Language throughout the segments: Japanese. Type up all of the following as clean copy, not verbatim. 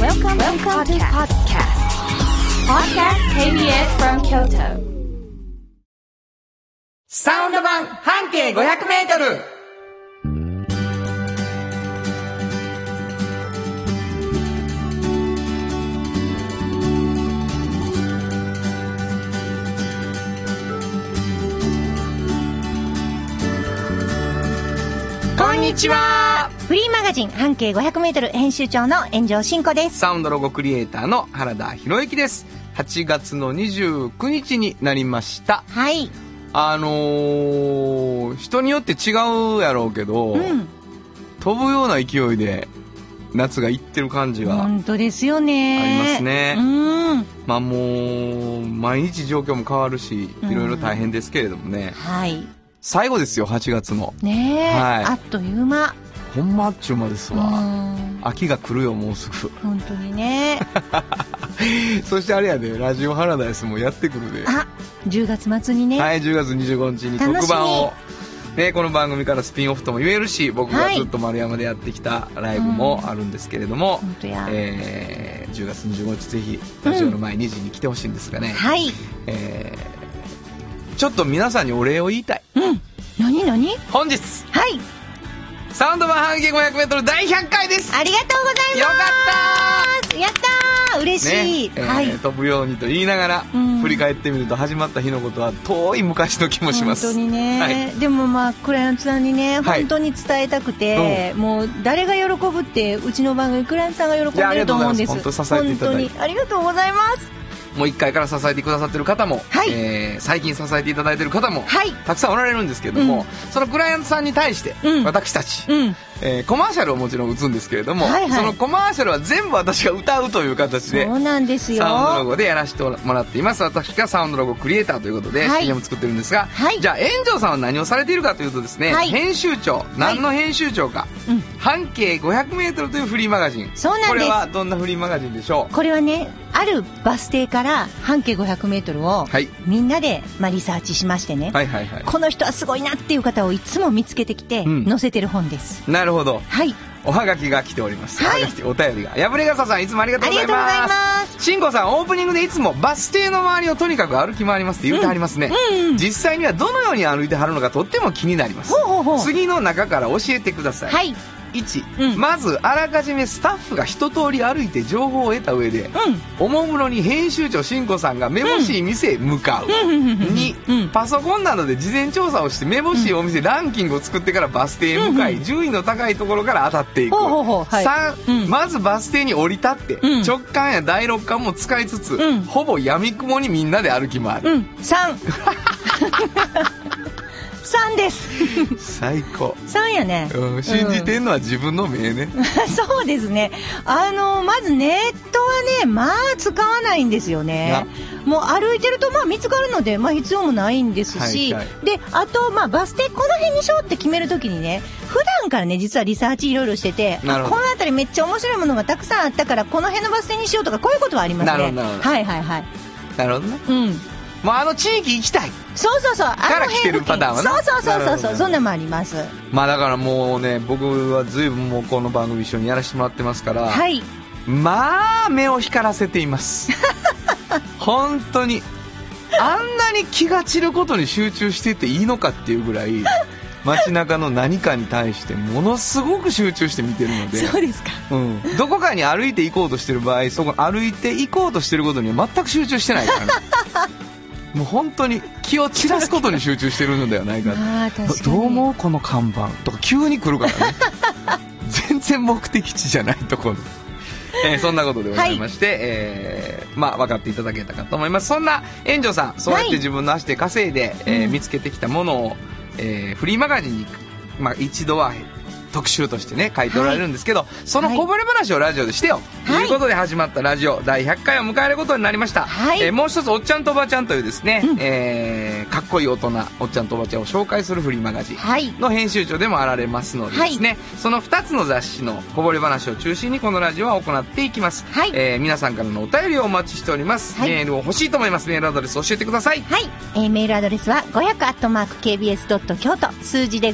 Welcome to podcast KBS from Kyoto. サウンド版半径500メートル。こんにちは。 フリーマガジン半径 500m 編集長の炎上真子です。 サウンドロゴクリエイターの原田博之です。8月の29日になりました。 はい。 人によって違うやろうけど、飛ぶような勢いで夏がいってる感じが本当ですよね。 ありますね。まあもう毎日状況も変わるし、いろいろ大変ですけれどもね。 はい。 最後ですよ、8月の。 ねえ、 はい、 あっという間。 ほんまあっちゅう間ですわ。秋が来るよ、もうすぐ。 本当にね。 そしてあれやで、ラジオハラダイスもやってくるで。 あ、10月末にね。 はい、10月25日に特番を、ね、この番組からスピンオフとも言えるし、僕がずっと丸山でやってきたライブもあるんですけれども、 本当や。 10月25日ぜひラジオの前2時に来てほしいんですがね。 はい。 ちょっと皆さんにお礼を言いたい。 何本日。 はい。 サウンド版半径 500m 第100回です。 ありがとうございます。 よかったー。やったー。嬉しい。 ね、 はい。 飛ぶようにと言いながら、振り返ってみると始まった日のことは遠い昔の気もします。 本当にね。はい、でもまあクライアントさんにね、本当に伝えたくて、もう誰が喜ぶってうちの番組クライアントさんが喜んでると思うんです。 本当支えていただいて。 本当にありがとうございます。 もう1回から支えてくださってる方も、 はい、 最近支えていただいてる方も、 はい、 たくさんおられるんですけれども、そのクライアントさんに対して、私たち、コマーシャルをもちろん打つんですけれども、そのコマーシャルは全部私が歌うという形で、 そうなんですよ。 サウンドロゴでやらせてもらっています。私がサウンドロゴクリエイターということで、CM 作ってるんですが、じゃあ炎上さんは何をされているかというとですね、編集長、何の編集長か、半径 500m というフリーマガジン。 そうなんです。 これはどんなフリーマガジンでしょう？ これはね、あるバス停から半径 500m をみんなでリサーチしましてね、この人はすごいなっていう方をいつも見つけてきて載せてる本です。 なるほど。 はい。 おはがきが来ております。お便りが。やぶれがささん、いつもありがとうございます。 ありがとうございます。 しんこさん、オープニングでいつもバス停の周りをとにかく歩き回りますって言ってはりますね。実際にはどのように歩いてはるのかとっても気になります。次の中から教えてください。はい。1、まずあらかじめスタッフが一通り歩いて情報を得た上で、おもむろに編集長しんこさんがめぼしい店へ向かう。2、パソコンなどで事前調査をしてめぼしいお店ランキングを作ってからバス停へ向かい、順位の高いところから当たっていく。3、まずバス停に降り立って、直感や第六感も使いつつ、ほぼ闇雲にみんなで歩き回る。 3 3です最高。 3やね。 信じてんのは自分の目ね。 そうですね。まずネットはね、使わないんですよね。もう歩いてると見つかるので、必要もないんですし、で、あとバス停この辺にしようって決めるときにね、普段からね、実はリサーチいろいろしてて、この辺りめっちゃ面白いものがたくさんあったからこの辺のバス停にしようとか、こういうことはありますね。 なるほど。 はいなるほどね。もう地域行きたい。 そうから来てるパターンはね。 そうそんなもあります。 だからもうね、僕は随分もうこの番組一緒にやらせてもらってますから、目を光らせています本当にあんなに気が散ることに集中してていいのかっていうぐらい街中の何かに対してものすごく集中して見てるので。 そうですか。 どこかに歩いて行こうとしてる場合、そこ歩いて行こうとしてることには全く集中してないからねもう本当に気を散らすことに集中してるのではないかどう思うこの看板とか急に来るからね全然目的地じゃないところそんなことでございまして、分かっていただけたかと思います。そんな炎上さん、そうやって自分の足で稼いで、見つけてきたものを、フリーマガジンに、一度は特集としてね書いておられるんですけど、そのこぼれ話をラジオでしてよ、ということで始まったラジオ第100回を迎えることになりました。もう一つおっちゃんとおばちゃんというですね、かっこいい大人おっちゃんとおばちゃんを紹介するフリーマガジンの編集長でもあられますのでですね、その2つの雑誌のこぼれ話を中心にこのラジオは行っていきます。皆さんからのお便りをお待ちしております。メールを欲しいと思います。メールアドレス教えてください。 メールアドレスは 500@kbs.京都、数字で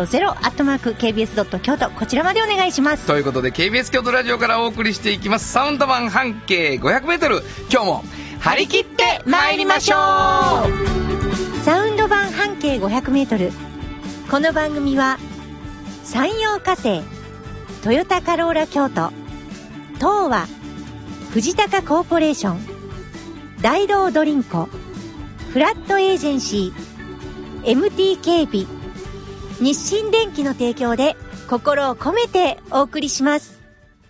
500@kbs.京都、こちらまでお願いします。 ということで KBS 京都ラジオからお送りしていきますサウンド版半径 500m、 今日も張り切って参りましょう。 サウンド版半径 500m、 この番組は山陽火星、トヨタカローラ京都、東和、藤高コーポレーション、大道ドリンコ、フラットエージェンシー、MT 警備、日清電機の提供で心を込めてお送りします。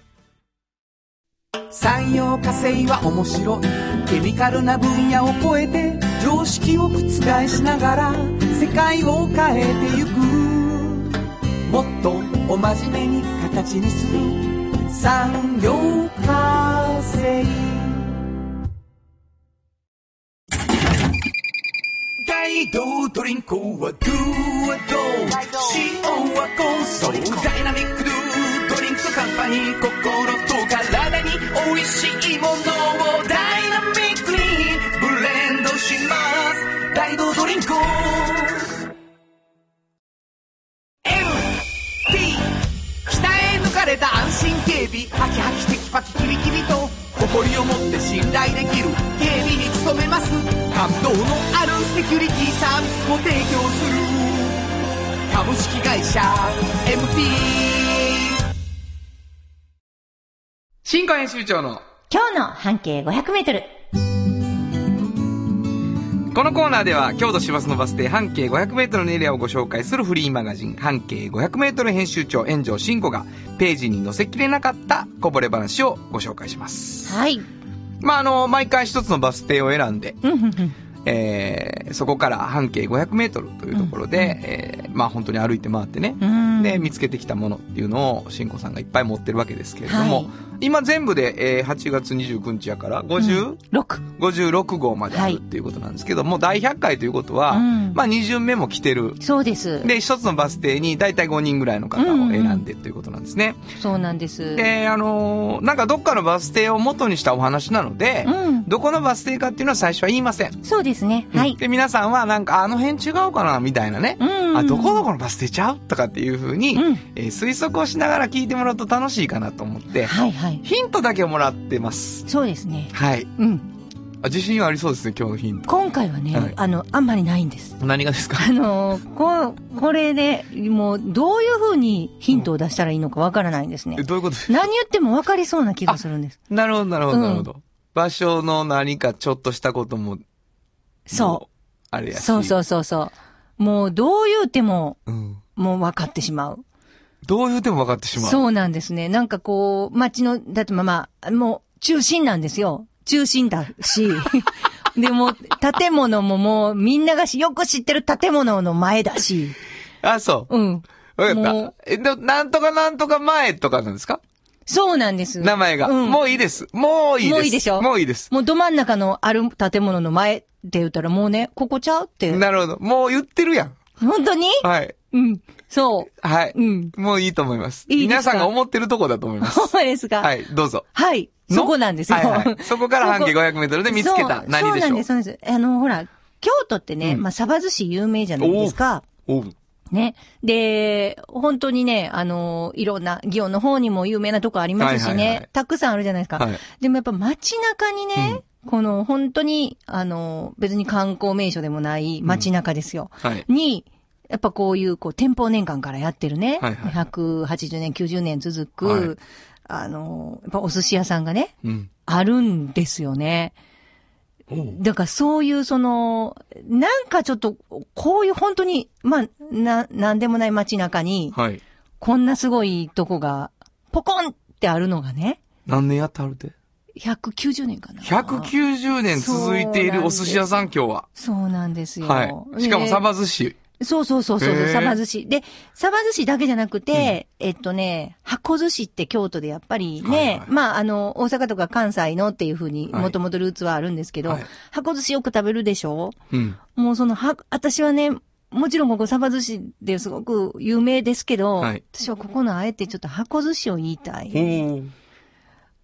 産業化成は面白い。ケミカルな分野を超えて常識を覆しながら世界を変えてゆく。もっとお真面目に形にする産業化成。大道ドリンクはドゥはド塩はコンソーダイナミックドゥドリンクカンパニー、心と体に美味しいものをダイナミックにブレンドします。大道ドリンク MT、 鍛え抜かれた安心警備、ハキハキテキパキキビキビと誇りを持って信頼できる警備に努めます。感動のあるセキュリティサービスも提供する株式会社 MT。 新語編集長の今日の半径 500m。 このコーナーでは京都市バスのバス停半径 500m のエリアをご紹介するフリーマガジン半径 500m 編集長炎上真子がページに載せきれなかったこぼれ話をご紹介します。 はい。 毎回一つのバス停を選んでそこから半径 500m というところで、本当に歩いて回ってね、で見つけてきたものっていうのを新子さんがいっぱい持ってるわけですけれども、はい、今全部で、8月29日やから56号まであるっていうことなんですけども、第100回ということは、2巡目も来てる。 そうです。 で一つのバス停にだいたい5人ぐらいの方を選んでということなんですね。 そうなんです。 でなんかどっかのバス停を元にしたお話なので、どこのバス停かっていうのは最初は言いません。 そうですね。はい。 で皆さんはなんかあの辺違うかなみたいなね、どこどこのバス停ちゃうとかっていう風に、推測をしながら聞いてもらうと楽しいかなと思って、はいはい、ヒントだけをもらってます。 そうですね。 はい。自信はありそうですね、今日のヒント。 今回はね、はい、あんまりないんです。 何がですか？ これで、もう、どういう風にヒントを出したらいいのかわからないんですね。 どういうことですか？ 何言ってもわかりそうな気がするんです。 なるほど、なるほど、なるほど。場所の何かちょっとしたことも、 そう。 あれやし。 そう。もう、どう言うても、もう分かってしまう。 どう言うても分かってしまう。 そうなんですね。なんかこう、街の、だってもう、中心なんですよ。中心だし。でも、建物ももう、みんながよく知ってる建物の前だし。 あ、そう。わかった。なんとかなんとか前とかなんですか？ そうなんです。 名前が。もういいです。もういいです。 もういいでしょ？ もういいです。 もうど真ん中のある建物の前って言ったらもうね、ここちゃうって。 なるほど。もう言ってるやん。 本当に？ はい。 そう。 はい。もういいと思います。 いいですか？ 皆さんが思ってるとこだと思います。 そうですか？ はい、どうぞ。 はい。そこなんですよ。 そこから半径500メートルで見つけた。何でしょう？ そうなんです。ほら、京都ってね、サバ寿司有名じゃないですか。ね。で、本当にね、いろんな、祇園の方にも有名なとこありますしね、たくさんあるじゃないですか。でもやっぱ街中にね、この本当に、別に観光名所でもない街中ですよ。に、やっぱこういう、店舗年間からやってるね、180年、90年続く、やっぱお寿司屋さんがね、あるんですよね。だからそういうなんかちょっと、こういう本当に、なんでもない街中に、こんなすごいとこが、ポコンってあるのがね。 何年やってあるって ？190年かな。 190年続いているお寿司屋さん、今日は。 そうなんですよ。 はい。しかもサバ寿司。 そう、サバ寿司。で、サバ寿司だけじゃなくて、箱寿司って京都でやっぱりね、大阪とか関西のっていう風に、もともとルーツはあるんですけど、箱寿司よく食べるでしょ？もう私はね、もちろんここサバ寿司ですごく有名ですけど、私はここのあえてちょっと箱寿司を言いたい。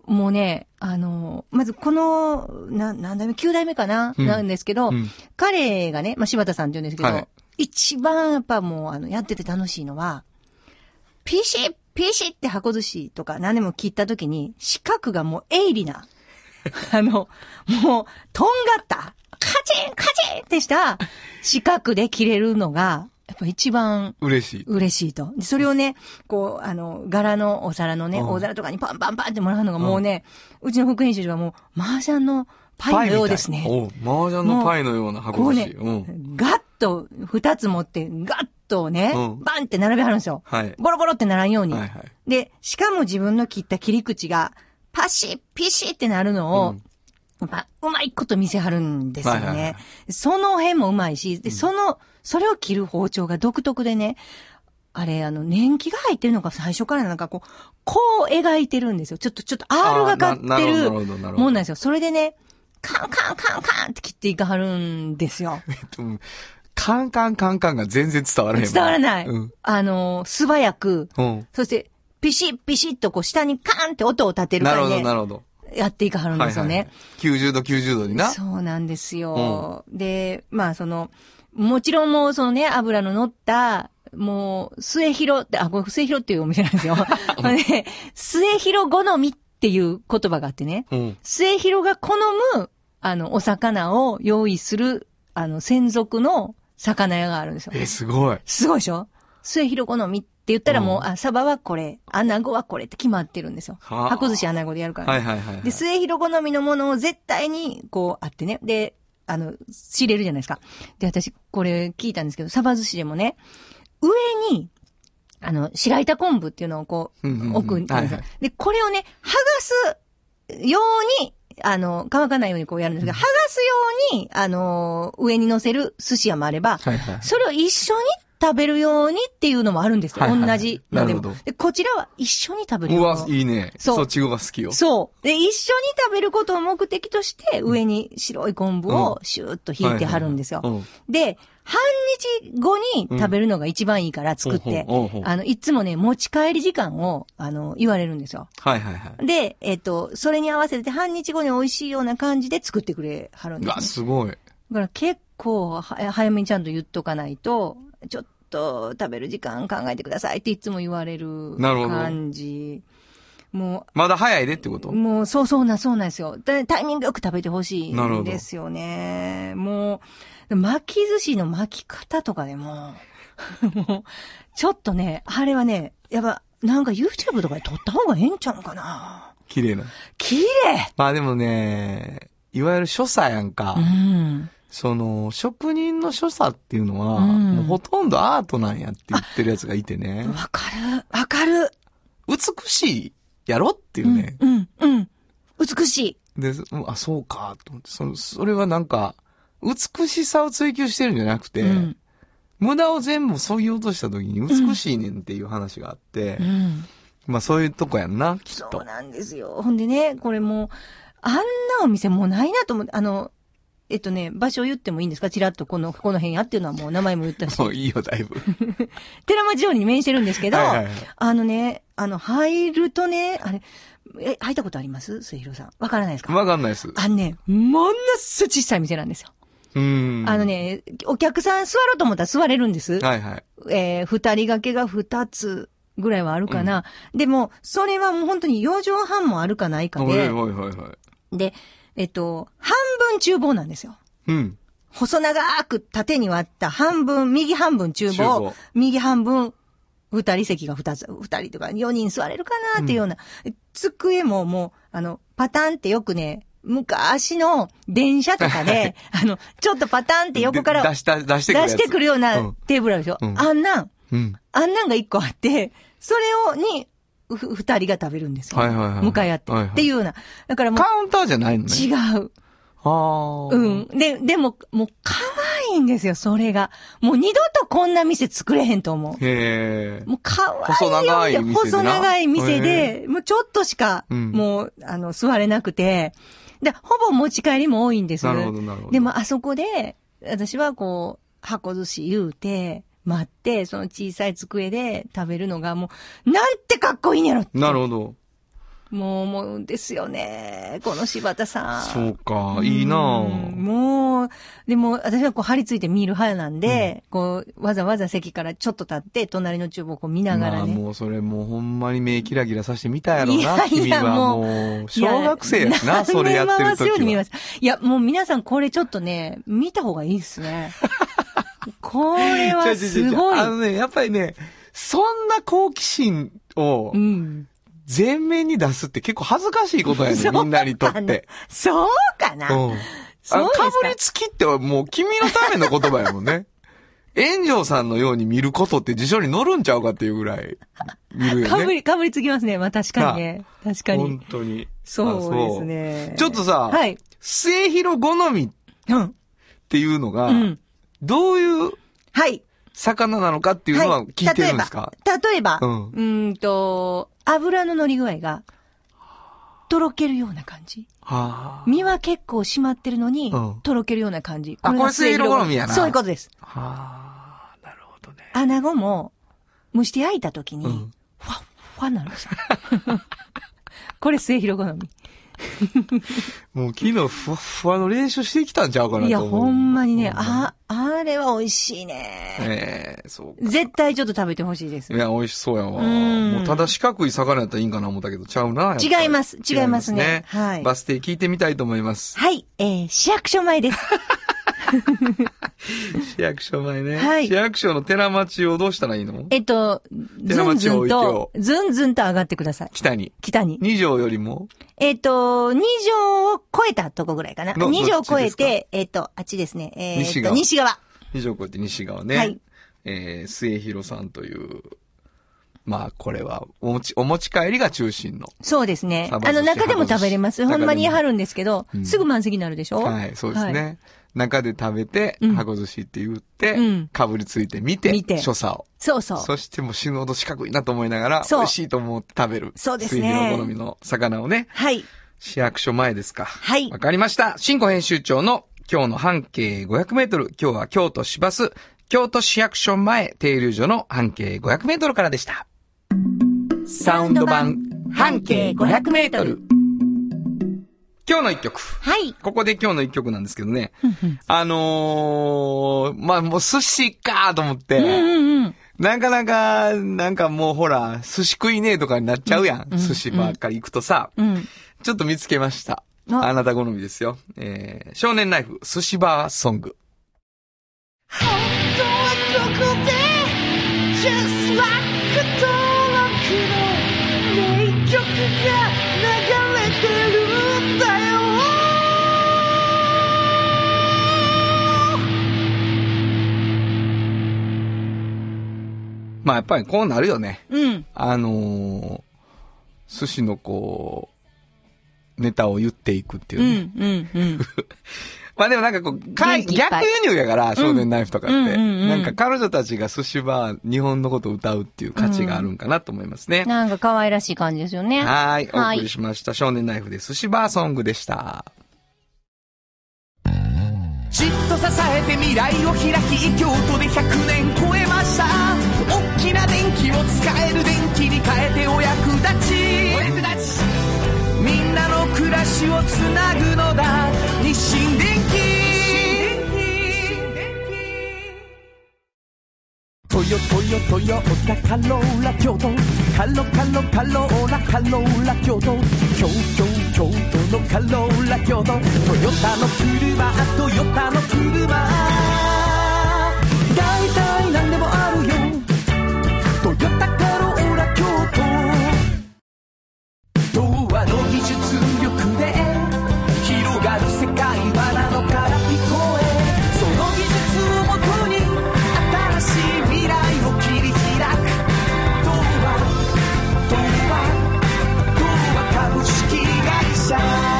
もうね、まずこの、何代目 ?9 代目かな、なんですけど、彼がね、まあ、柴田さんって言うんですけど、一番やっぱもう、やってて楽しいのは、ピシって箱寿司とか何でも切った時に、四角がもう鋭利な、もう、とんがった、カチンってした四角で切れるのが、やっぱ一番嬉しいと。でそれをね、こう、柄のお皿のね、大皿とかにパンってもらうのがもうね、うちの副編集がもう、麻雀のパイのようですね。 麻雀のパイのような箱寿司。 こうね、ガッと二つ持って、ガッとね、バンって並べはるんですよ。ボロボロってならんように。で、しかも自分の切った切り口が、パシピシってなるのを、やっぱ、うまいこと見せはるんですよね。その辺もうまいし、で、それを切る包丁が独特でね、あれ、年季が入ってるのが最初からなんかこう描いてるんですよ。ちょっと R がかってるもんなんですよ。それでね、カンって切っていかはるんですよ。 カンが全然伝わらへん。 伝わらない。素早く、そして、ピシッとこう下にカンって音を立てるからね。 なるほど。 やっていかはるんですよね。 90度にな。 そうなんですよ。で、まあもちろんもうね、油の乗った、もう、末広って、これ末広っていうお店なんですよ。で、末広好みっていう言葉があってね、末広が好む、お魚を用意する、専属の魚屋があるんですよ。 すごい。 すごいでしょ？末広好みって言ったらもう、サバはこれ、アナゴはこれって決まってるんですよ。箱寿司アナゴでやるから、ね。で、末広好みのものを絶対に、こう、あってね。で、仕入れるじゃないですか。で、私、これ聞いたんですけど、サバ寿司でもね、上に、白板昆布っていうのをこう、置くんですよ。で、これをね、剥がすように、乾かないようにこうやるんですが、剥がすように、上に乗せる寿司屋もあれば、それを一緒に食べるようにっていうのもあるんですよ。同じのでも。で、こちらは一緒に食べるように。 うわ、いいね。そっちが好きよ。 そう。で、一緒に食べることを目的として、上に白い昆布をシューッと引いてはるんですよ。で、半日後に食べるのが一番いいから作って、いつもね、持ち帰り時間を、言われるんですよ。で、それに合わせて半日後に美味しいような感じで作ってくれはるんです、ね。 うわ、すごい。 だから結構、早めにちゃんと言っとかないと、ちょっと食べる時間考えてくださいっていつも言われる感じ。もう。 まだ早いでってこと？ もう、そうなんですよ。タイミングよく食べてほしいんですよね。もう、巻き寿司の巻き方とかでも、もう、ちょっとね、あれはね、やっぱ、なんか YouTube とかで撮った方がええんちゃうかな。 綺麗な。 綺麗。 まあでもね、いわゆる所作やんか。職人の所作っていうのは、もうほとんどアートなんやって言ってるやつがいてね。 わかる。 美しいやろっていうね。 美しい。 で、そうか、と思って。それはなんか、美しさを追求してるんじゃなくて、無駄を全部削ぎ落とした時に美しいねんっていう話があって、まあそういうとこやんな、きっと。 そうなんですよ。ほんでね、これもう、あんなお店もうないなと思って、場所言ってもいいんですか？ちらっとこの辺やっていうのはもう名前も言ったし。 もういいよ、だいぶ。 寺町通りに面してるんですけど、入るとね、入ったことあります？末広さん。わからないですか？ わかんないです。 ものす小さい店なんですよ。お客さん座ろうと思ったら座れるんです。二人掛けが2つぐらいはあるかな。でも、それはもう本当に4畳半もあるかないかで。で、半分厨房なんですよ。細長く縦に割った半分、右半分厨房、右半分、2人席が2つ、2人とか4人座れるかなっていうような、机ももう、パタンってよくね、昔の電車とかで、ちょっとパタンって横から出してくるようなテーブルあるでしょ。あんなんが1個あって、それに、2人が食べるんですよ。向かい合って。っていうような。だからもう。 カウンターじゃないのね。 違う。でも、もう可愛いんですよ、それが。もう二度とこんな店作れへんと思う。もう可愛いよ。細長い店で、もうちょっとしか、もう、座れなくて。で、ほぼ持ち帰りも多いんです。 なるほど。 でも、あそこで、私はこう、箱寿司言うて、待って、その小さい机で食べるのがもう、なんてかっこいいんやろって。 なるほど。 もう思うんですよね。この柴田さん。 そうか、いいなぁ。 もう、でも私はこう張り付いて見る派なんで、こう、わざわざ席からちょっと立って、隣の厨房をこう見ながらね。 もうそれもうほんまに目キラキラさせてみたやろな、 いや君はもう、小学生やしな、それやってる時は。 いや、もう皆さんこれちょっとね、見た方がいいですね。これはすごい。 やっぱりね、そんな好奇心を、前面に出すって結構恥ずかしいことやね、みんなにとって。 そうかな、そうですか。 かぶりつきってもう君のための言葉やもんね。炎上さんのように見ることって辞書に載るんちゃうかっていうぐらい見るよね。 かぶりつきますね。まあ確かにね。確かに。 本当に。 そうですね。 ちょっとさ、はい。末広好みっていうのが、どういう魚なのかっていうのは聞いてるんですか？ 例えば、油の乗り具合が、とろけるような感じ。身は結構締まってるのに、とろけるような感じ。 これ末広好みやな。 そういうことです。 なるほどね。 穴子も、蒸して焼いた時に、ふわっふわになるんですよ。これ末広好み。 もう昨日ふわふわの練習してきたんちゃうかなと思う。 いや、ほんまにね、あれは美味しいね。 そう。 絶対ちょっと食べてほしいです。 いや、美味しそうやわ。もうただ四角い魚やったらいいんかな思ったけど、ちゃうな。 違いますね。はい。 バス停聞いてみたいと思います。 はい、市役所前です。 市役所前ね。 はい。 市役所の寺町をどうしたらいいの？ ずんずんと上がってください。 北に。2条よりも 2条を超えたとこぐらいかな。2条超えて、あっちですね。西側。 2条超えて西側ね。はい。末広さんという、まあ、これは、お持ち帰りが中心の。 そうですね。中でも食べれます。ほんまにやるんですけど、すぐ満席になるでしょ？ はい、そうですね。中で食べて、箱寿司って言って、かぶりついて見て、所作を。 そう。 そしてもう死ぬほど四角いなと思いながら、美味しいと思って食べる。 そうですね。 末広好みの魚をね。 はい。 市役所前ですか。 はい。 わかりました。新庫編集長の今日の半径500メートル。今日は京都市バス、京都市役所前停留所の半径500メートルからでした。サウンド版半径500メートル。今日の一曲。 はい。 ここで今日の一曲なんですけどね。まあ、もう寿司かと思って。なかなか、なんかもうほら、寿司食いねえとかになっちゃうやん。寿司ばっかり行くとさ。ちょっと見つけました。あなた好みですよ。少年ライフ、寿司バーソング。本当はここで、Just like 登録の名曲が流れてるんだよ。まあやっぱりこうなるよね。寿司のこう、ネタを言っていくっていうね。まあでもなんかこう、逆輸入やから、少年ナイフとかって。なんか彼女たちが寿司バー、日本のことを歌うっていう価値があるんかなと思いますね。 なんか可愛らしい感じですよね。 はい。お送りしました。少年ナイフで寿司バーソングでした。 じっと支えて未来を開き、京都で100年超えました。大きな電気を使える電気に変えてお役立ち。みんなの暮らしをつなぐのだ、日清電気。トヨタカローラ京都、カローラ京都、京都のカローラ京都、トヨタの車、大体何でもあるよ、トヨタカローラ京都。童話の技術力で広がる世界はなのから聞こえ、その技術をもとに新しい未来を切り開く。童話株式会社。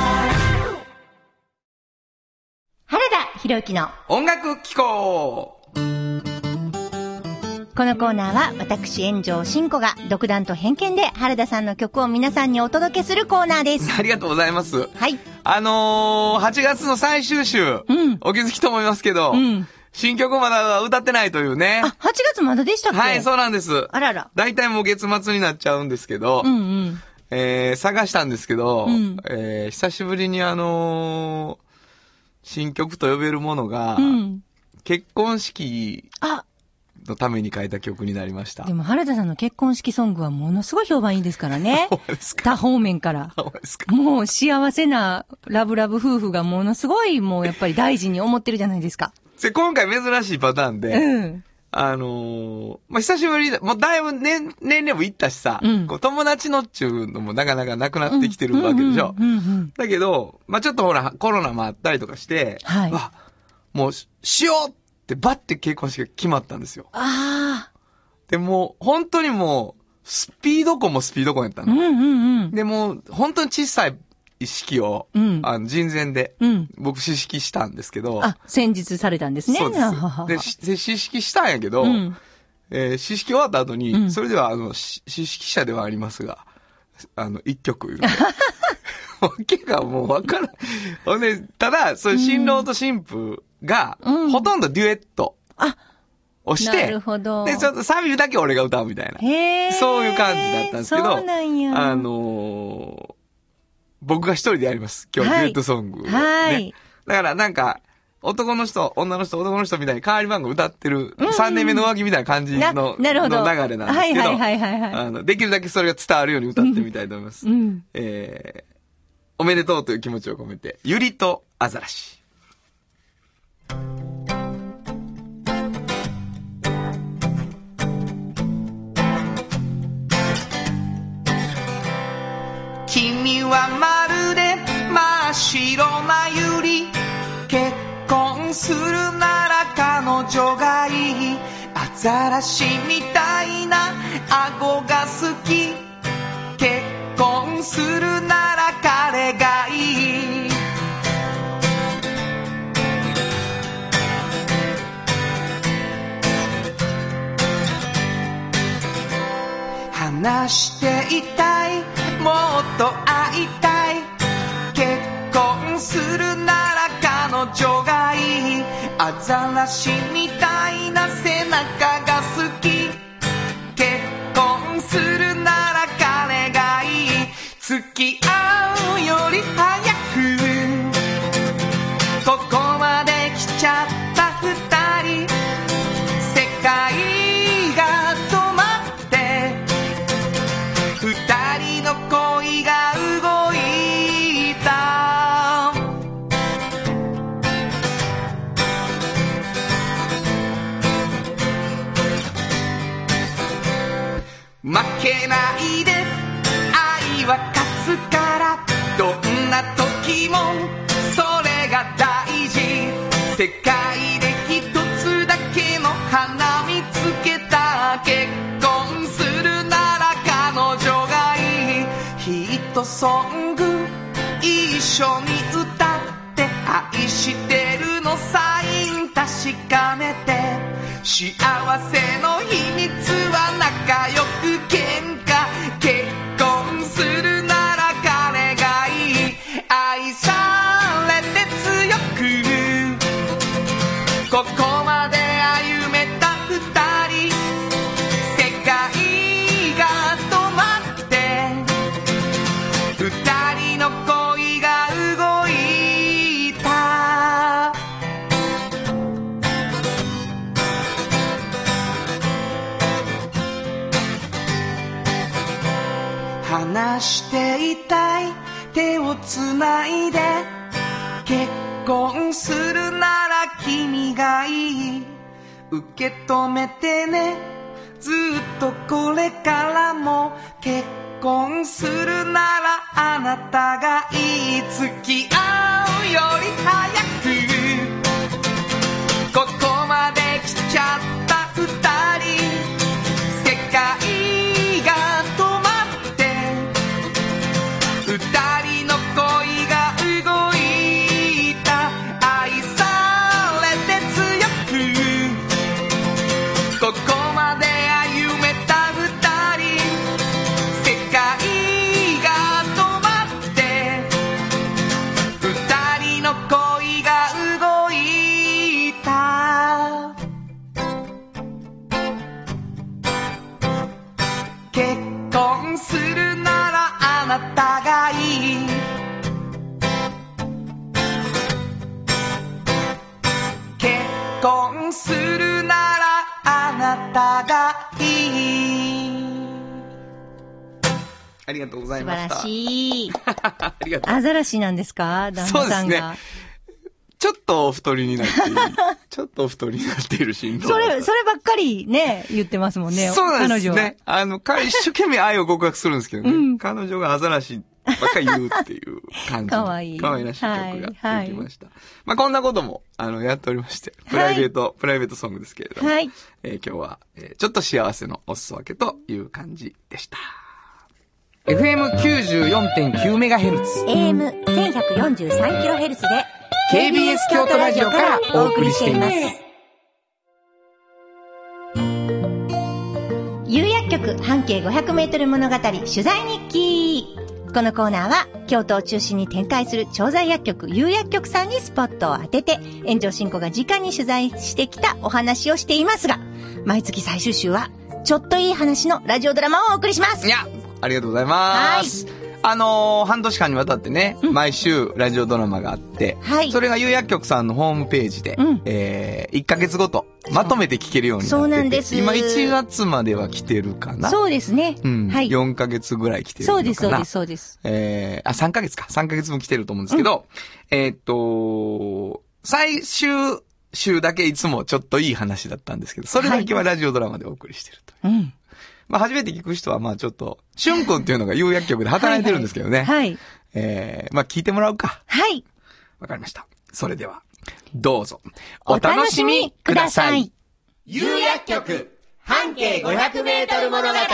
原田博之の音楽機構。 このコーナーは私炎上真子が独断と偏見で原田さんの曲を皆さんにお届けするコーナーです。 ありがとうございます。 はい。 8月の最終週、お気づきと思いますけど、新曲まだ歌ってないというね。 あ、8月まだでしたっけ？ はい、そうなんです。 あらら。 だいたいもう月末になっちゃうんですけど、 探したんですけど、 うん、 久しぶりに新曲と呼べるものが、 うん、 結婚式のために書いた曲になりました。 でも原田さんの結婚式ソングはものすごい評判いいですからね。他方面から。もう幸せなラブラブ夫婦がものすごいもうやっぱり大事に思ってるじゃないですか。 今回珍しいパターンで、 うん。 まあ、久しぶりだ、もうだいぶ年齢もいったしさ、うん、こう友達のっちゅうのもなかなかなくなってきてるわけでしょ。だけど、まあ、ちょっとほら、コロナもあったりとかして、 はい、 もう、しようってバッて結婚式が決まったんですよ。 ああ。 で、もう、本当にもう、スピード婚もスピード婚やったの。で、もう、本当に小さい式を、人前で、僕、試式したんですけど。 先日されたんですね。 そうです。で、試式したんやけど、試式終わった後に、それでは、試式者ではありますが、一曲言う。わけがもうわからん。ほんで、ただ、そういう新郎と新婦が、ほとんどデュエットをして、 なるほど。 で、ちょっとサビだけ俺が歌うみたいな。そういう感じだったんですけど、 そうなんや。 僕が一人でやります。今日デュエットソング、ね。はい。だからなんか、男の人、女の人、男の人みたいに代わり番号歌ってる、3年目の浮気みたいな感じの、流れなんですけど、はい。できるだけそれが伝わるように歌ってみたいと思います。おめでとうという気持ちを込めて、ゆりとアザラシ。君はまるで真っ白なユリ、結婚するなら彼女がいい、アザラシみたいな顎が好き、結婚するなら彼がいい、話していたい、もっと会いたい、結婚するなら彼女がいい、アザラシみたいな背中が好き、結婚するなら彼がいい、付き合うより早くここまで来ちゃった二人、世界が止まって二人の恋が動いた、負けないで愛は勝つから、どんな時もそれが大事、世界で一つだけの花見つけた、結婚するなら彼女がいい、ヒットソング一緒に歌って愛してるのサイン確かめて、幸せの秘密は仲良く喧嘩、結婚するなら彼がいい、愛されて強くここまで歩めた二人、世界が止まって二人の恋が動いた、話していたい、手をつないで結婚するなら君がいい、受け止めてね、ずっとこれからも結婚するならあなたがいい、付き合うより早くここまで来ちゃった二人、世界が止まって二人の恋が動いた、愛されて強くここまで歩めた二人、世界が止まって二するならあなたがいい。ありがとうございました。 素晴らしい。 ありがとう。 アザラシなんですか、旦那さんが。そうですね。 ちょっとお太りになっている。ちょっとお太りになっているシーン。 そればっかりね、言ってますもんね。 そうなんですね。彼一生懸命愛を告白するんですけどね。うん、彼女がアザラシばっかり言うっていう感じ。かわいい。かわいらしい曲ができました。はい、まあこんなことも、やっておりまして、プライベートソングですけれども。はい。今日は、ちょっと幸せのお裾分けという感じでした。FM94.9MHz。 AM1143kHz で、 KBS 京都ラジオからお送りしています。 有薬局半径500メートル物語取材日記。このコーナーは京都を中心に展開する調剤薬局有薬局さんにスポットを当てて炎上進行が直に取材してきたお話をしていますが、毎月最終週はちょっといい話のラジオドラマをお送りします。 いや、ありがとうございます。半年間にわたってね、毎週ラジオドラマがあって、はい、それが有薬局さんのホームページで、1ヶ月ごとまとめて聞けるようになってて、そうなんです。今1月までは来てるかな。 そうですね。 うん。はい。4ヶ月ぐらい来てるのかな。 そうです。 3ヶ月か。3ヶ月分来てると思うんですけど、最終週だけいつもちょっといい話だったんですけど、それだけはラジオドラマでお送りしてると。まあ初めて聞く人はまあちょっと、しゅんくんっていうのが有薬局で働いてるんですけどね。はい。まあ聞いてもらうか。 はい。 わかりました。それでは、どうぞ、お楽しみください。 有薬局、半径500メートル物語。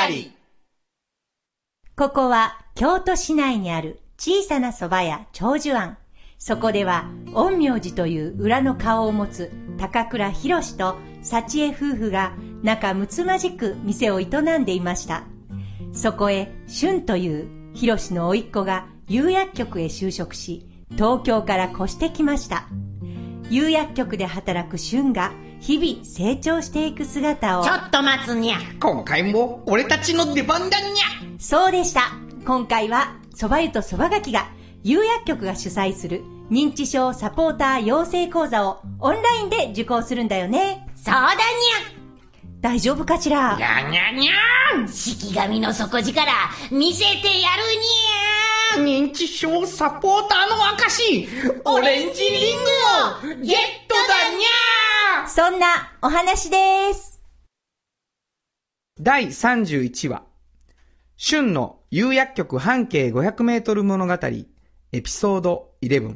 ここは京都市内にある小さな蕎麦屋長寿庵。そこでは、陰陽師という裏の顔を持つ高倉博士と幸恵夫婦が仲睦まじく店を営んでいました。そこへ、俊という博士の甥っ子が有薬局へ就職し、東京から越してきました。有薬局で働く俊が日々成長していく姿を。 ちょっと待つにゃ。今回も俺たちの出番だにゃ。 そうでした。今回は蕎麦湯と蕎麦柿が有薬局が主催する認知症サポーター養成講座をオンラインで受講するんだよね。 そうだにゃ。 大丈夫かしら。 にゃにゃにゃん。式神の底力見せてやるにゃ。認知症サポーターの証、オレンジリングをゲットだにゃ。 そんなお話です。 第31話、春の有薬局半径500メートル物語エピソード11。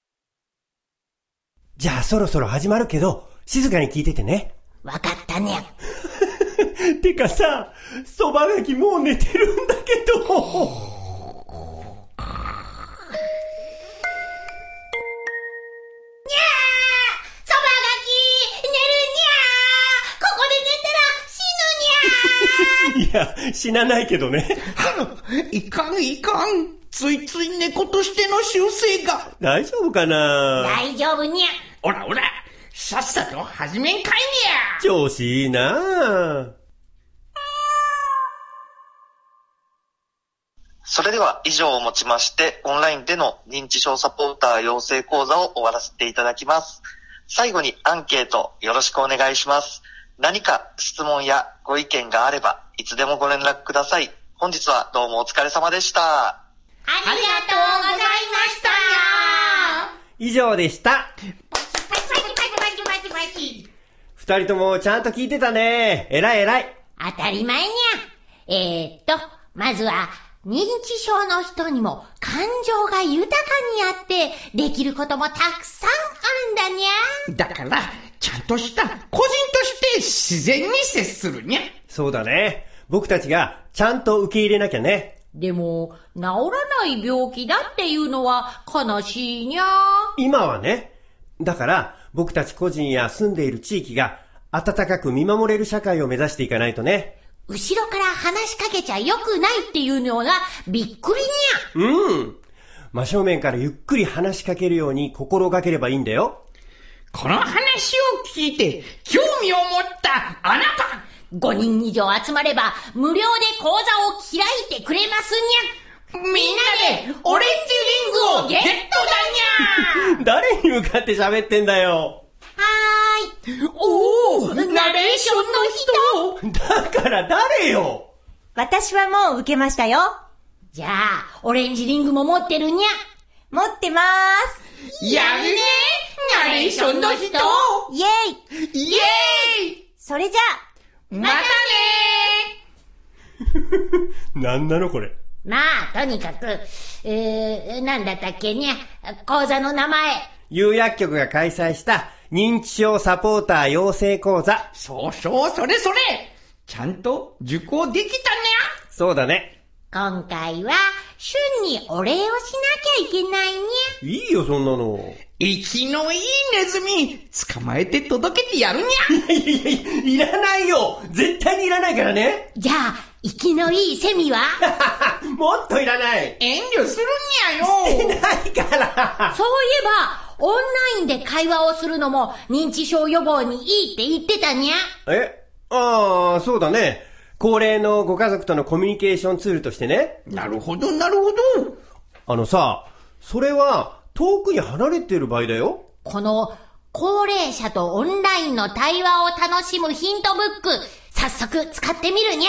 じゃあそろそろ始まるけど、静かに聞いててね。 わかったね。 てかさ、蕎麦柿もう寝てるんだけど。にゃー、蕎麦柿寝るにゃー。ここで寝たら死ぬにゃー。 いや、死なないけどね。 いかん。ついつい猫としての習性が。 大丈夫かな。 大丈夫にゃ。おら、さっさと始めんかいにゃ。 調子いいな。 それでは以上をもちましてオンラインでの認知症サポーター養成講座を終わらせていただきます。最後にアンケートよろしくお願いします。何か質問やご意見があればいつでもご連絡ください。本日はどうもお疲れ様でした。 ありがとうございましたよ。 以上でした。二人ともちゃんと聞いてたね。偉い。 当たり前にゃ。まずは認知症の人にも感情が豊かにあってできることもたくさんあるんだにゃ。だからちゃんとした個人として自然に接するにゃ。 そうだね。僕たちがちゃんと受け入れなきゃね。 でも治らない病気だっていうのは悲しいにゃ。 今はね。だから僕たち個人や住んでいる地域が温かく見守れる社会を目指していかないとね。 後ろから話しかけちゃよくないっていうのがびっくりにゃ。真正面からゆっくり話しかけるように心がければいいんだよ。 この話を聞いて興味を持ったあなた、5人以上集まれば無料で講座を開いてくれますにゃ。みんなでオレンジリングをゲットだにゃ。 誰に向かって喋ってんだよ。 はーい。 おー、ナレーションの人。 だから誰よ。 私はもう受けましたよ。 じゃあ、オレンジリングも持ってるにゃ。 持ってまーす。 やるねナレーションの人。 イェイイエーイ。 それじゃあ、 またねなんなのこれ。 まあ、とにかく、なんだったっけにゃ、講座の名前。 有薬局が開催した認知症サポーター養成講座。 そうそう、それそれ。ちゃんと受講できたね。 そうだね。 今回は、旬にお礼をしなきゃいけないにゃ。 いいよ、そんなの。 生きのいいネズミ、捕まえて届けてやるにゃ。 いらないよ。絶対にいらないからね。 じゃあ、生きのいいセミはもっといらない。 遠慮するにゃよ。 ないから。 そういえば、オンラインで会話をするのも認知症予防にいいって言ってたにゃ。 ああ、そうだね。高齢のご家族とのコミュニケーションツールとしてね。 なるほど、なるほど。 さ、それは遠くに離れてる場合だよ。 この高齢者とオンラインの対話を楽しむヒントブック、早速使ってみるにゃ。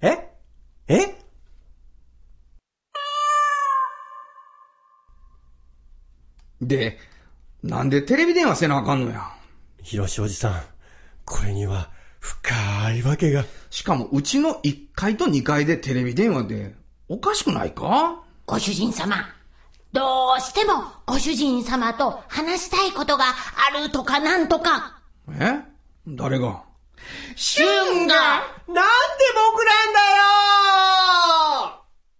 で、なんでテレビ電話せなあかんのや。 ひろしおじさん、これには深いわけが。 しかもうちの1階と2階でテレビ電話でおかしくないか？ ご主人様、どうしてもご主人様と話したいことがあるとかなんとか。 誰が？ 旬が！ なんで僕なんだよ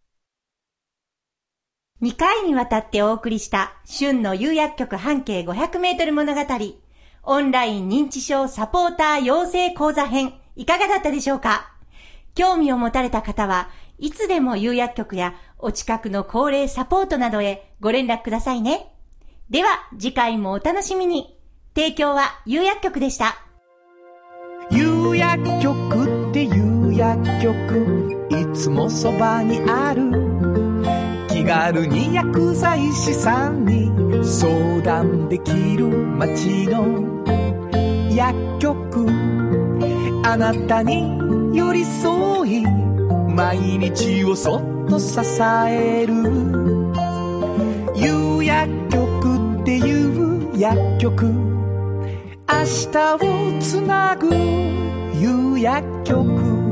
2回にわたってお送りした旬の有薬局半径500メートル物語オンライン認知症サポーター養成講座編いかがだったでしょうか？興味を持たれた方はいつでも有薬局やお近くの高齢サポートなどへご連絡くださいね。では次回もお楽しみに。提供は有薬局でした。 有薬局って有薬局いつもそばにある気軽に薬剤師さんに相談できる街の薬局あなたに寄り添い毎日をそっと支える有薬局っていう薬局明日をつなぐ有薬局もの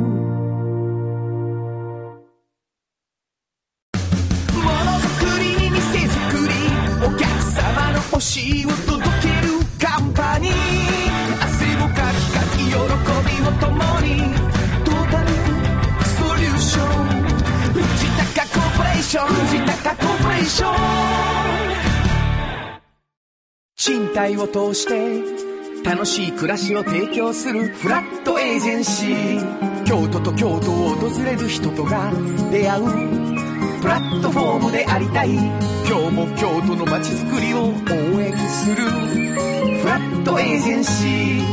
づくりに店づくりお客様の欲しいを届けるカンパニー汗をかきかき喜びを共にトータルソリューション藤高コーポレーション藤高コーポレーション賃貸を通して楽しい暮らしを提供するフラットエージェンシー京都と京都を訪れる人とが出会うプラットフォームでありたい今日も京都の街づくりを応援するフラットエージェンシー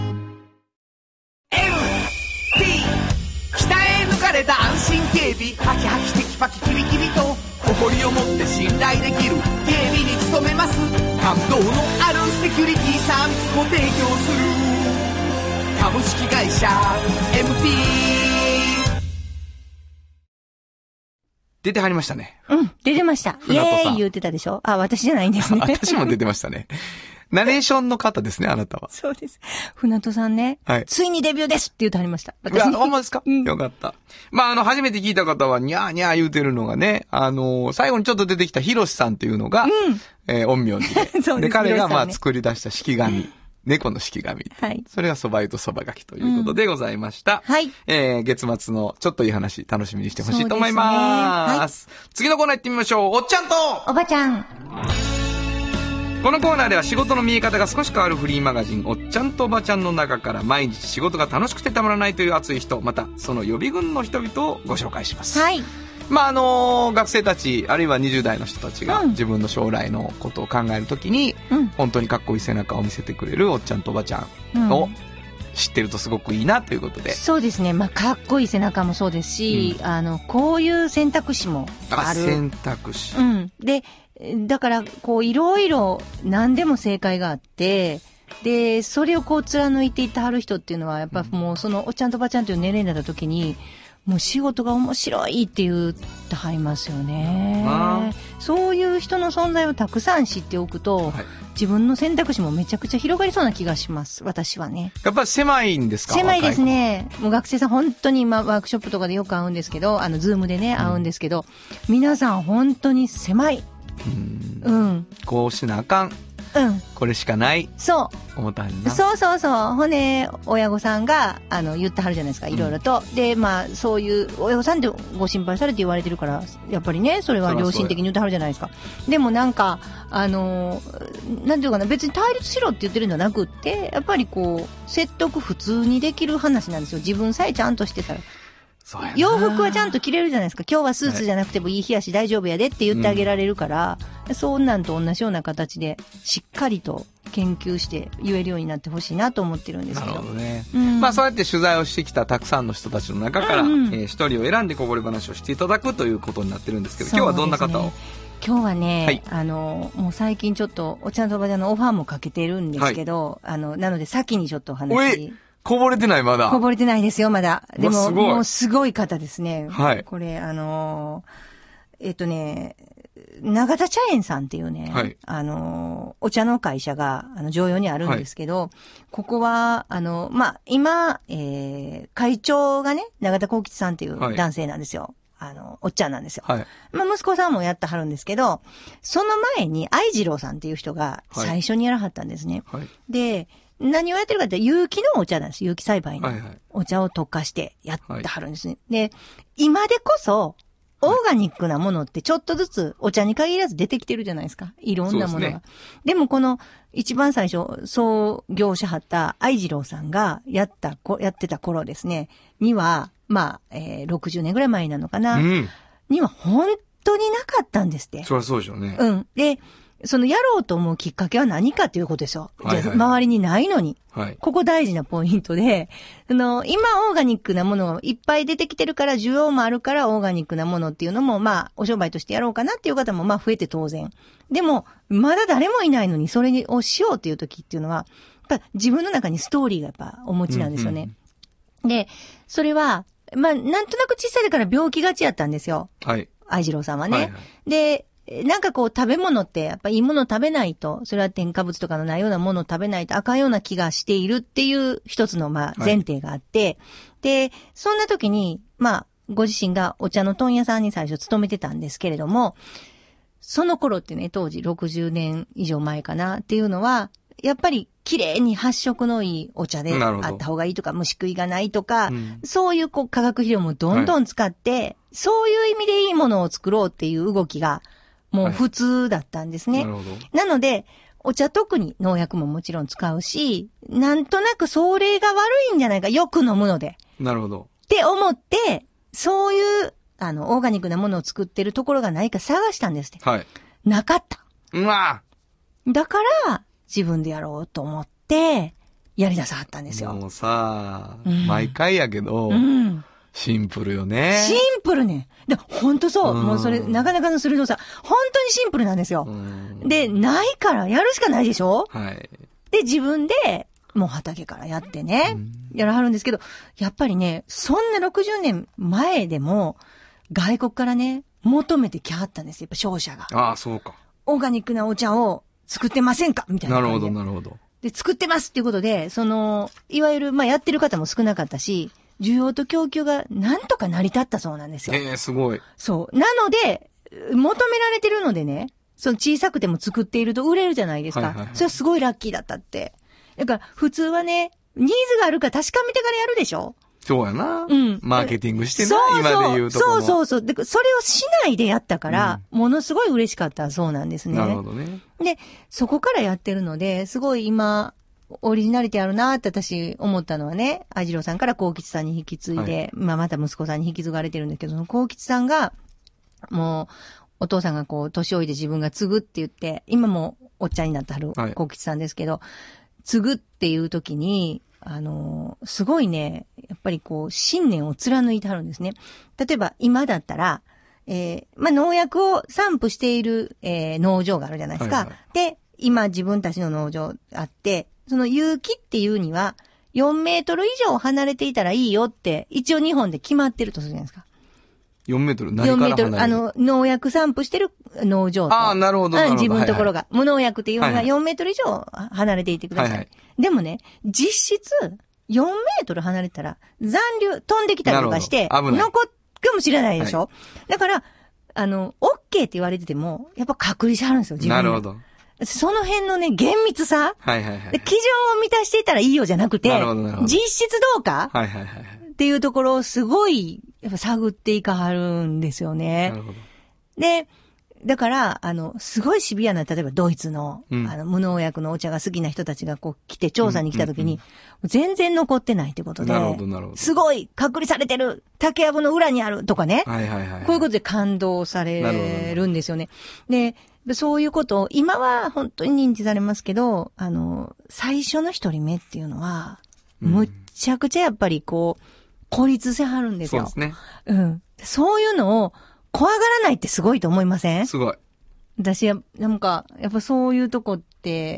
MT 北へ抜かれた安心警備ハキハキテキパキキビキビと誇りを持って信頼できる警備に努めます感動のあるセキュリティサービスも提供する株式会社 MT 出てはりましたね。 出てました。イエーイ言ってたでしょ？あ、私じゃないんですね。 私も出てましたね。ナレーションの方ですね、あなたは。 そうです。船戸さんね。はい。ついにデビューですって言ってはりました。 いや、ほんまですか？よかった。まあ、初めて聞いた方は、にゃーにゃー言うてるのがね、最後にちょっと出てきたヒロシさんっていうのが、陰陽師で。そうです。で、彼が作り出した式紙。猫の式紙。はい。それが蕎麦湯と蕎麦書きということでございました。はい。月末のちょっといい話、楽しみにしてほしいと思います。はい。次のコーナー行ってみましょう。おっちゃんとおばちゃん。 このコーナーでは仕事の見え方が少し変わるフリーマガジンおっちゃんとおばちゃんの中から毎日仕事が楽しくてたまらないという熱い人、またその予備軍の人々をご紹介します。はい。まあ学生たちあるいは20代の人たちが自分の将来のことを考えるときに、本当にかっこいい背中を見せてくれるおっちゃんとおばちゃんを知ってるとすごくいいなということで。 そうですね。まあかっこいい背中もそうですし、こういう選択肢もある。 選択肢。 でだからいろいろ何でも正解があって、 で、それをこう貫いていってはる人っていうのは、やっぱもうそのおっちゃんとばちゃんという年齢になった時に、もう仕事が面白いって言ってはりますよね。そういう人の存在をたくさん知っておくと、はい、自分の選択肢もめちゃくちゃ広がりそうな気がします。私はね。 やっぱり狭いんですか？ 狭いですね。もう学生さん本当に今ワークショップとかでよく会うんですけど、ズームでね、会うんですけど、皆さん本当に狭い。 こうしなあかん。これしかない。 そう。 思ったはんな。 そうそうそう。ほんで、親御さんが、言ってはるじゃないですか、いろいろと。で、まあ、そういう、親御さんでご心配されて言われてるから、やっぱりね、それは良心的に言ってはるじゃないですか。でもなんか、なんていうかな、別に対立しろって言ってるんじゃなくって、やっぱりこう、説得普通にできる話なんですよ。自分さえちゃんとしてたら。洋服はちゃんと着れるじゃないですか。今日はスーツじゃなくてもいい日やし大丈夫やでって言ってあげられるから、そんなんと同じような形でしっかりと研究して言えるようになってほしいなと思ってるんですけど。 なるほどね。まあそうやって取材をしてきたたくさんの人たちの中から一人を選んでこぼれ話をしていただくということになってるんですけど、今日はどんな方を？ 今日はね、はい、もう最近ちょっとおちゃんとおばちゃんのオファーもかけてるんですけど、はい、なので先にちょっとお話。 こぼれてないまだ。 こぼれてないですよ、まだ。でも、もうすごい方ですね。 はい。 これ、長田茶園さんっていうね、はい、お茶の会社が、常用にあるんですけど、はい、ここは、まあ、今、会長がね、長田幸吉さんっていう男性なんですよ。はい、おっちゃんなんですよ。はい。まあ、息子さんもやってはるんですけど、その前に愛次郎さんっていう人が最初にやらはったんですね。はい。で、何をやってるかって有機のお茶なんです。有機栽培のお茶を特化してやってはるんですね。はいはい、で、今でこそ、オーガニックなものってちょっとずつお茶に限らず出てきてるじゃないですか。いろんなものが。 でもこの一番最初創業者はった愛次郎さんがやってた頃ですね、には、まあ、60年ぐらい前なのかな、には本当になかったんですって。 そりゃそうでしょうね。 で、そのやろうと思うきっかけは何かということですよ。じゃあ周りにないのに。はい。ここ大事なポイントで、今オーガニックなものがいっぱい出てきてるから需要もあるからオーガニックなものっていうのもまあお商売としてやろうかなっていう方もまあ増えて当然。でも、まだ誰もいないのにそれをしようっていう時っていうのは、やっぱ自分の中にストーリーがやっぱお持ちなんですよね。で、それは、まあなんとなく小さいから病気がちやったんですよ。はい。愛次郎さんはね。はいはい、で、なんかこう食べ物ってやっぱいいものを食べないと、それは添加物とかのないようなものを食べないとあかんような気がしているっていう一つのまあ前提があって、はい、で、そんな時にまあご自身がお茶の問屋さんに最初勤めてたんですけれども、その頃ってね、当時60年以上前かなっていうのは、やっぱり綺麗に発色のいいお茶であった方がいいとか、虫食いがないとか、そういうこう化学肥料もどんどん使って、はい、そういう意味でいいものを作ろうっていう動きがもう普通だったんですね。はい、なるほど。なので、お茶特に農薬ももちろん使うし、なんとなくそれが悪いんじゃないか、よく飲むので。 なるほど。 って思って、そういう、オーガニックなものを作ってるところがないか探したんですって。はい。なかった。 うわだから、自分でやろうと思って、やり出さはったんですよ。 もうさ、毎回やけど、シンプルよね。 シンプルね。で、ほんとそう。もうそれ、なかなかの鋭さ。本当にシンプルなんですよ。で、ないからやるしかないでしょ？はい。で、自分で、もう畑からやってね、やらはるんですけど、やっぱりね、そんな60年前でも、外国からね、求めてきはったんですよ。やっぱ商社が。 ああ、そうか。 オーガニックなお茶を作ってませんかみたいな。 なるほど、なるほど。 で、作ってますっていうことで、いわゆる、まあ、やってる方も少なかったし、需要と供給がなんとか成り立ったそうなんですよ。 すごい。 そう。なので、求められてるのでね、その小さくても作っていると売れるじゃないですか。はいはいはい、それはすごいラッキーだったって。だから、普通はね、ニーズがあるか確かめてからやるでしょ？ そうやな。マーケティングしてな、今で言うとこも。そう。で、それをしないでやったから、ものすごい嬉しかったそうなんですね。 なるほどね。 で、そこからやってるので、すごい今、オリジナリティあるなって私思ったのはね、愛次郎さんから幸吉さんに引き継いで、はい、また息子さんに引き継がれてるんだけど、その幸吉さんが、もう、お父さんがこう、年老いで自分が継ぐって言って、今もおっちゃんになってはる幸吉さんですけど、継ぐっていう時に、すごいね、やっぱりこう、信念を貫いてはるんですね。例えば、今だったら、農薬を散布している、農場があるじゃないですか。はいはい、で、今自分たちの農場あって、 その有機っていうには、4メートル以上離れていたらいいよって、一応日本で決まってるとするじゃないですか。 4メートル何から離れる？4メートル、 農薬散布してる農場と。 ああ、なるほど。 自分のところが。無農薬っていうのが4メートル以上離れていてください。はいはい、でもね、実質、4メートル離れたら、残留、飛んできたりとかして、残るかもしれないでしょ、はい、だから、OK って言われてても、やっぱ隔離してはるんですよ、自分で。なるほど。その辺のね、厳密さ。はいはいはい。基準を満たしていたらいいよじゃなくて、なるほどなるほど。実質どうかはいはいはい。っていうところをすごい、やっぱ探っていかはるんですよね。なるほど。で、だから、すごいシビアな、例えばドイツの、無農薬のお茶が好きな人たちがこう来て調査に来た時に、全然残ってないってことで、なるほどなるほど。すごい、隔離されてる、竹やぶの裏にあるとかね。はいはいはい。こういうことで感動されるんですよね。で、そういうことを、今は本当に認知されますけど、最初の一人目っていうのは、むっちゃくちゃやっぱりこう、孤立せはるんですよ。そうですね。うん。そういうのを、怖がらないってすごいと思いません？すごい。私なんか、やっぱそういうとこって、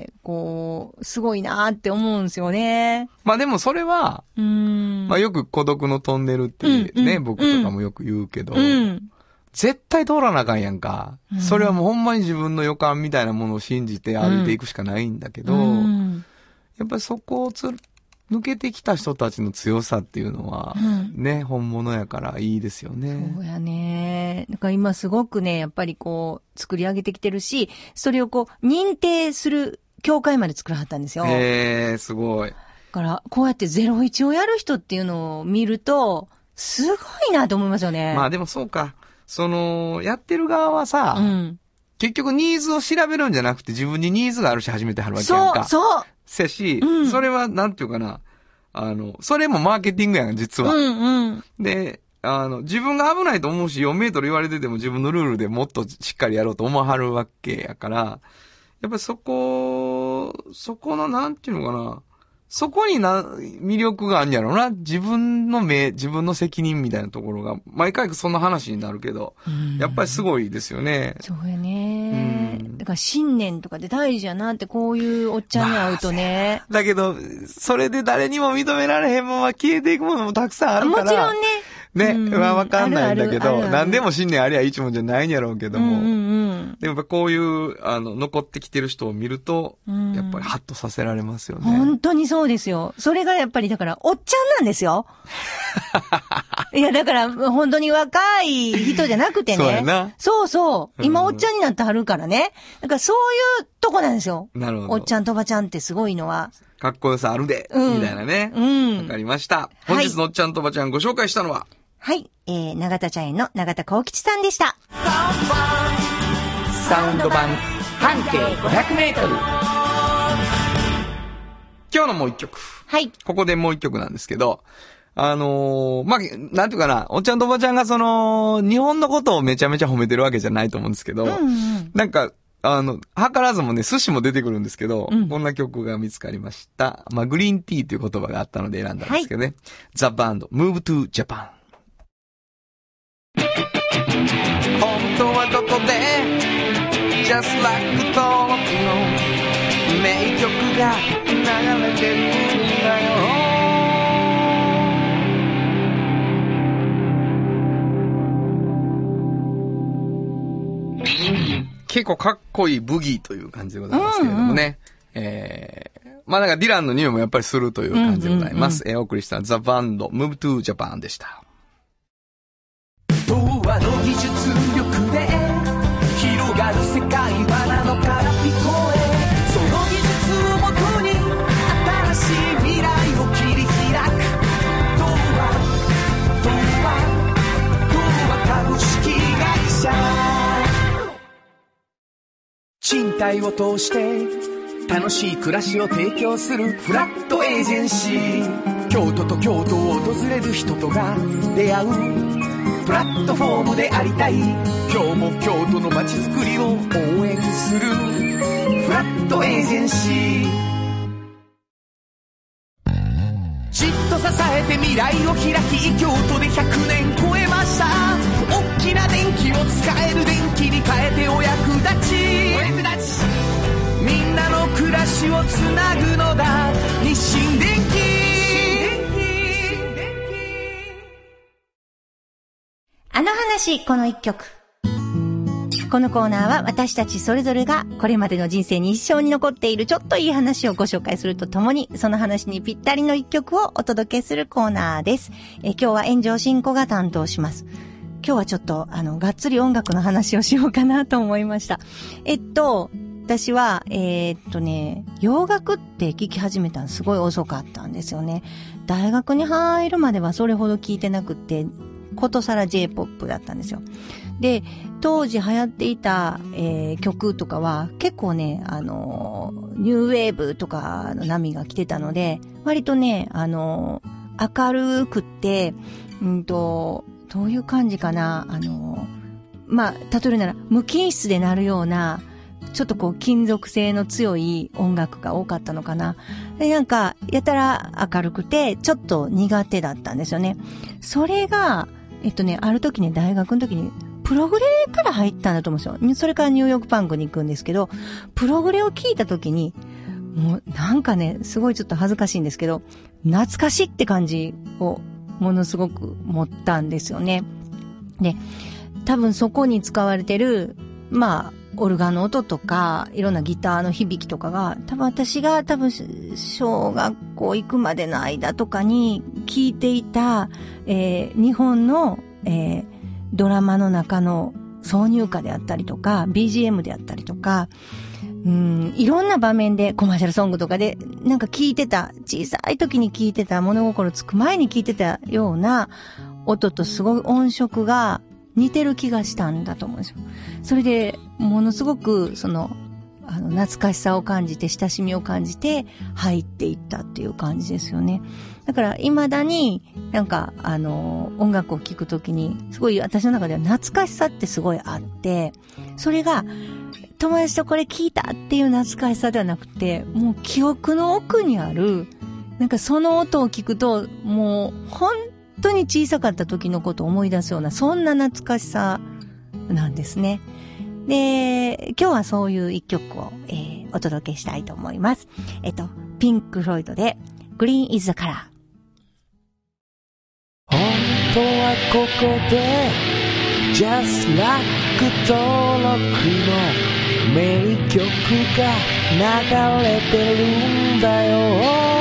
こう、すごいなーって思うんですよね。 まあでもそれは、まあよく孤独のトンネルってね、僕とかもよく言うけど、絶対通らなあかんやんか。それはもうほんまに自分の予感みたいなものを信じて歩いていくしかないんだけど、やっぱりそこを抜けてきた人たちの強さっていうのは、ね、本物やからいいですよね。 そうやね。だから今すごくね、やっぱりこう、作り上げてきてるし、それをこう、認定する協会まで作らはったんですよ。 すごい。だから、こうやって01をやる人っていうのを見ると、すごいなと思いますよね。 まあでもそうか。やってる側はさ、結局ニーズを調べるんじゃなくて自分にニーズがあるし始めてはるわけやんか。そうせし、それはなんていうかな、それもマーケティングやん、実は。で、自分が危ないと思うし、4メートル言われてても自分のルールでもっとしっかりやろうと思わはるわけやから、やっぱりそこのなんていうのかな、そこに魅力があるんやろうな。自分の自分の責任みたいなところが、毎回そんな話になるけど、やっぱりすごいですよね。 そうやね。だから信念とかで大事やなって、こういうおっちゃんに会うとね。 だけど、それで誰にも認められへんまま消えていくものもたくさんあるから。もちろんね。ね、わかんないんだけど、何でも信念ありゃ一問じゃないんやろうけども、でもやっぱこういう、残ってきてる人を見ると、やっぱりハッとさせられますよね。 本当にそうですよ。それがやっぱりだから、おっちゃんなんですよ。いや、だから、本当に若い人じゃなくてね。そうやな。そうそう。今おっちゃんになってはるからね。だからそういうとこなんですよ。なるほど。おっちゃんとばちゃんってすごいのは。 かっこよさあるで、みたいなね。わかりました。本日のおっちゃんとばちゃんご紹介したのは、 はい。永田茶園の永田幸吉さんでした。 サウンド版半径500メートル。今日のもう一曲。はい。ここでもう一曲なんですけど、まあ、なんていうかな、おっちゃんとおばちゃんが日本のことをめちゃめちゃ褒めてるわけじゃないと思うんですけど、なんか、図らずもね、寿司も出てくるんですけど、こんな曲が見つかりました。まあ、グリーンティーという言葉があったので選んだんですけどね。はい、The Band, Move to Japan。本当はどこで Just like 登録の名曲が流れてるんだよ。結構かっこいいブギーという感じでございますけれどもね。まあなんかディランの匂いもやっぱりするという感じでございます。お送りした The Band Move to Japan でした。 童話の技術力で広がる世界はなのから聞こえ、その技術をもとに新しい未来を切り開く。童話株式会社、賃貸を通して楽しい暮らしを提供するフラットエージェンシー。京都と京都を訪れる人とが出会うプラットフォームでありたい。今日も京都の街づくりを応援するフラットエージェンシー。じっと支えて未来を開き、京都で100年超えました。大きな電気を使える電気に変えてお役立ち。みんなの暮ららしをつなぐのだ日清電機。 あの話この一曲。このコーナーは私たちそれぞれがこれまでの人生に一生に残っているちょっといい話をご紹介するとともに、その話にぴったりの一曲をお届けするコーナーです。今日は炎上進行が担当します。今日はちょっとがっつり音楽の話をしようかなと思いました。私は洋楽って聴き始めたのすごい遅かったんですよね。大学に入るまではそれほど聴いてなくって、ことさら J-POP だったんですよ。で、当時流行っていた、曲とかは結構ね、ニューウェーブとかの波が来てたので、割とね、明るくって、どういう感じかな、例えるなら無菌室で鳴るような、ちょっとこう金属製の強い音楽が多かったのかな。で、なんか、やたら明るくて、ちょっと苦手だったんですよね。それが、ある時ね、大学の時に、プログレから入ったんだと思うんですよ。それからニューヨークパンクに行くんですけど、プログレを聞いた時に、もうなんかね、すごいちょっと恥ずかしいんですけど、懐かしいって感じをものすごく持ったんですよね。で、多分そこに使われてる、オルガンの音とか、いろんなギターの響きとかが、私が小学校行くまでの間とかに聞いていた、日本の、ドラマの中の挿入歌であったりとか、BGM であったりとか、いろんな場面でコマーシャルソングとかで、なんか聞いてた、小さい時に聞いてた、物心つく前に聞いてたような音とすごい音色が似てる気がしたんだと思うんですよ。それで、ものすごく、懐かしさを感じて、親しみを感じて、入っていったっていう感じですよね。だから、未だに、なんか、音楽を聴くときに、すごい私の中では懐かしさってすごいあって、それが、友達とこれ聞いたっていう懐かしさではなくて、もう記憶の奥にある、なんかその音を聞くと、もう、本当に小さかった時のことを思い出すような、そんな懐かしさなんですね。で、今日はそういう一曲を、お届けしたいと思います。ピンク・フロイドで Green is the Color。 本当はここで Just Like 登録の名曲が流れてるんだよ。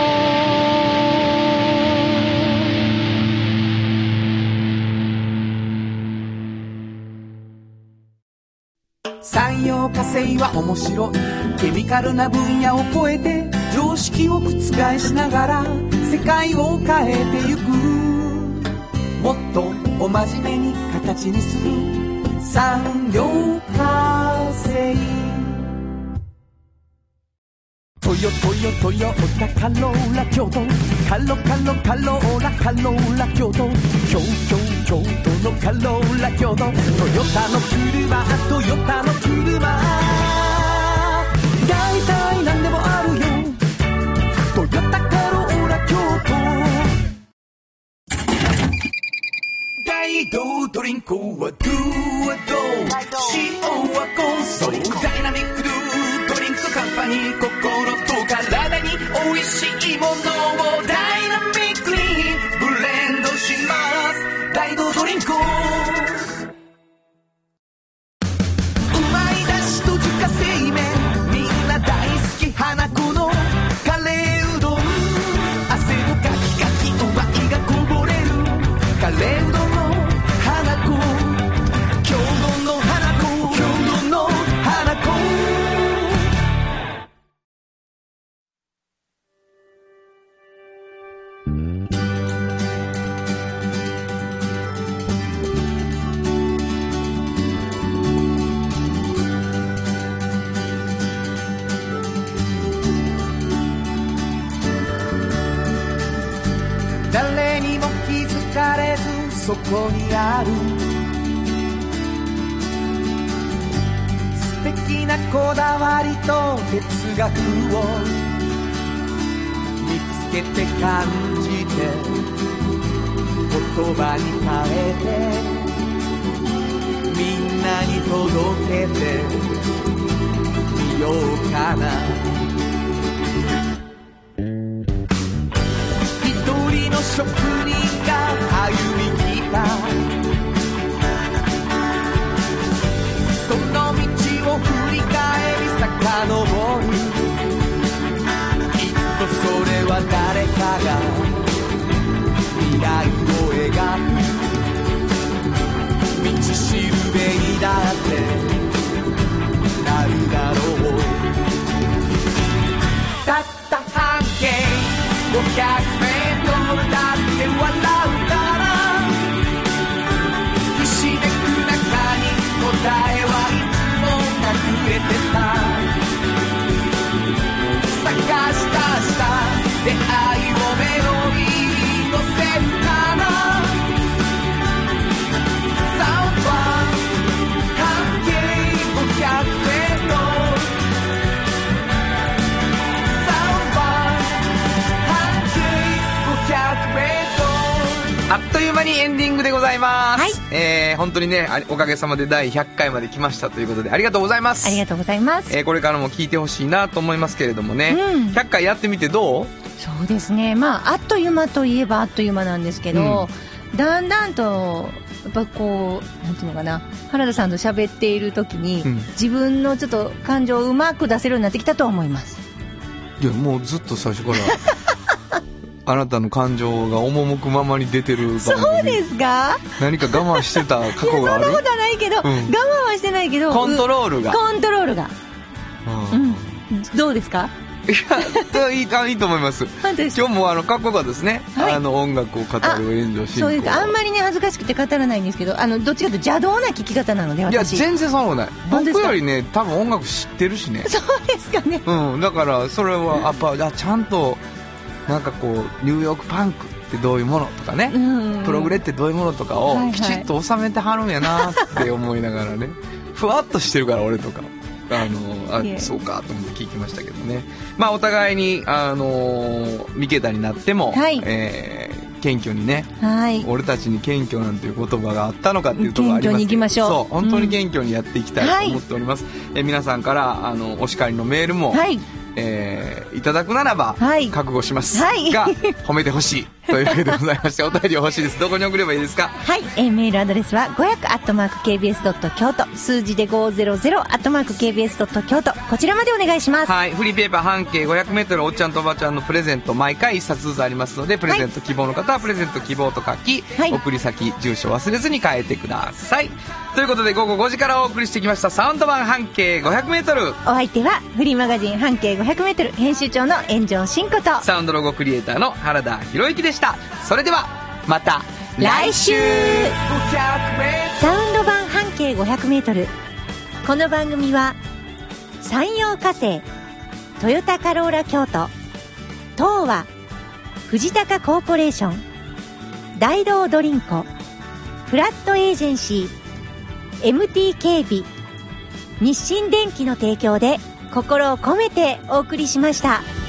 産業化成は面白い。ケミカルな分野を超えて常識を覆しながら世界を変えてゆく。もっとお真面目に形にする産業化成。トヨタカローラ京都、カローラ京都、京都のカローラ京都、トヨタの車、だいたいなんでもあるよ、トヨタカローラ京都。大道ドリンクはドゥはドゥ、塩はコンソー、ダイナミックドゥドリンクカンパニー、心と体に美味しいものをダイナミックにブレンドします。大道ドリンク、うまいだしと自家製麺、みんな大好き花子のカレーうどん、汗をかきうまいがこぼれるカレーうどんの花子、京都の花子、京都の花子。誰にも気づかれずそこにある素敵なこだわりと哲学を見つけて感じて言葉に変えてみんなに届けてみようかな。 な未来を描く道しるべにだってなるだろう。たった半径500メートルだって笑うからひしめく中に答えはいつも隠れてた。探し出した出会いをメロディーに乗せるかな。3番半径500メートル3番半径500メートル。 あっという間にエンディングでございます。 はい、 本当にね、おかげさまで第100回まで来ましたということでありがとうございます。 ありがとうございます。 これからも聞いてほしいなと思いますけれどもね、100回やってみてどう？ そうですね、まああっという間といえばあっという間なんですけど、だんだんとやっぱこうなんていうのかな、原田さんと喋っている時に、自分のちょっと感情をうまく出せるようになってきたと思います。 いやもうずっと最初からあなたの感情が赴くままに出てる番組。 そうですか？ 何か我慢してた過去がある？ いやそんなことはないけど、我慢はしてないけどコントロールが、 どうですか？ いやいいと思います。今日もかっこよかったですね、音楽を語る援助進行。 そうですか。あんまりね恥ずかしくて語らないんですけど、どっちかというと邪道な聞き方なので私。 いや全然そんなことない。僕よりね多分音楽知ってるしね。 そうですかね。 だからそれはやっぱちゃんとなんかこうニューヨークパンクってどういうものとかね、プログレってどういうものとかをきちっと収めてはるんやなって思いながらねふわっとしてるから俺とかそうかと思って聞きましたけどね。まあお互いに三桁になっても、謙虚にね、俺たちに謙虚なんていう言葉があったのかっていうところがありますけど、謙虚に行きましょう。そう本当に謙虚にやっていきたいと思っております。皆さんからお叱りのメールも、いただくならば覚悟しますが、褒めてほしいというわけでございましてお便り欲しいです。どこに送ればいいですか？ はい、メールアドレスは500@kbs. 京都、数字で500@kbs. 京都、こちらまでお願いします。 はい、フリーペーパー半径 500m おっちゃんとおばちゃんのプレゼント毎回1冊ずつありますので、プレゼント希望の方はプレゼント希望と書き、送り先住所忘れずに書いてください。ということで午後5時からお送りしてきましたサウンド版半径 500m。 お相手はフリーマガジン半径 500m 編集長の炎上真子とサウンドロゴクリエイターの原田博之でした。それではまた来週。サウンド版半径 500m。 この番組は山陽火星、トヨタカローラ京都、東和、藤高コーポレーション、大道ドリンコ、フラットエージェンシー、MT 警備、日清電機の提供で心を込めてお送りしました。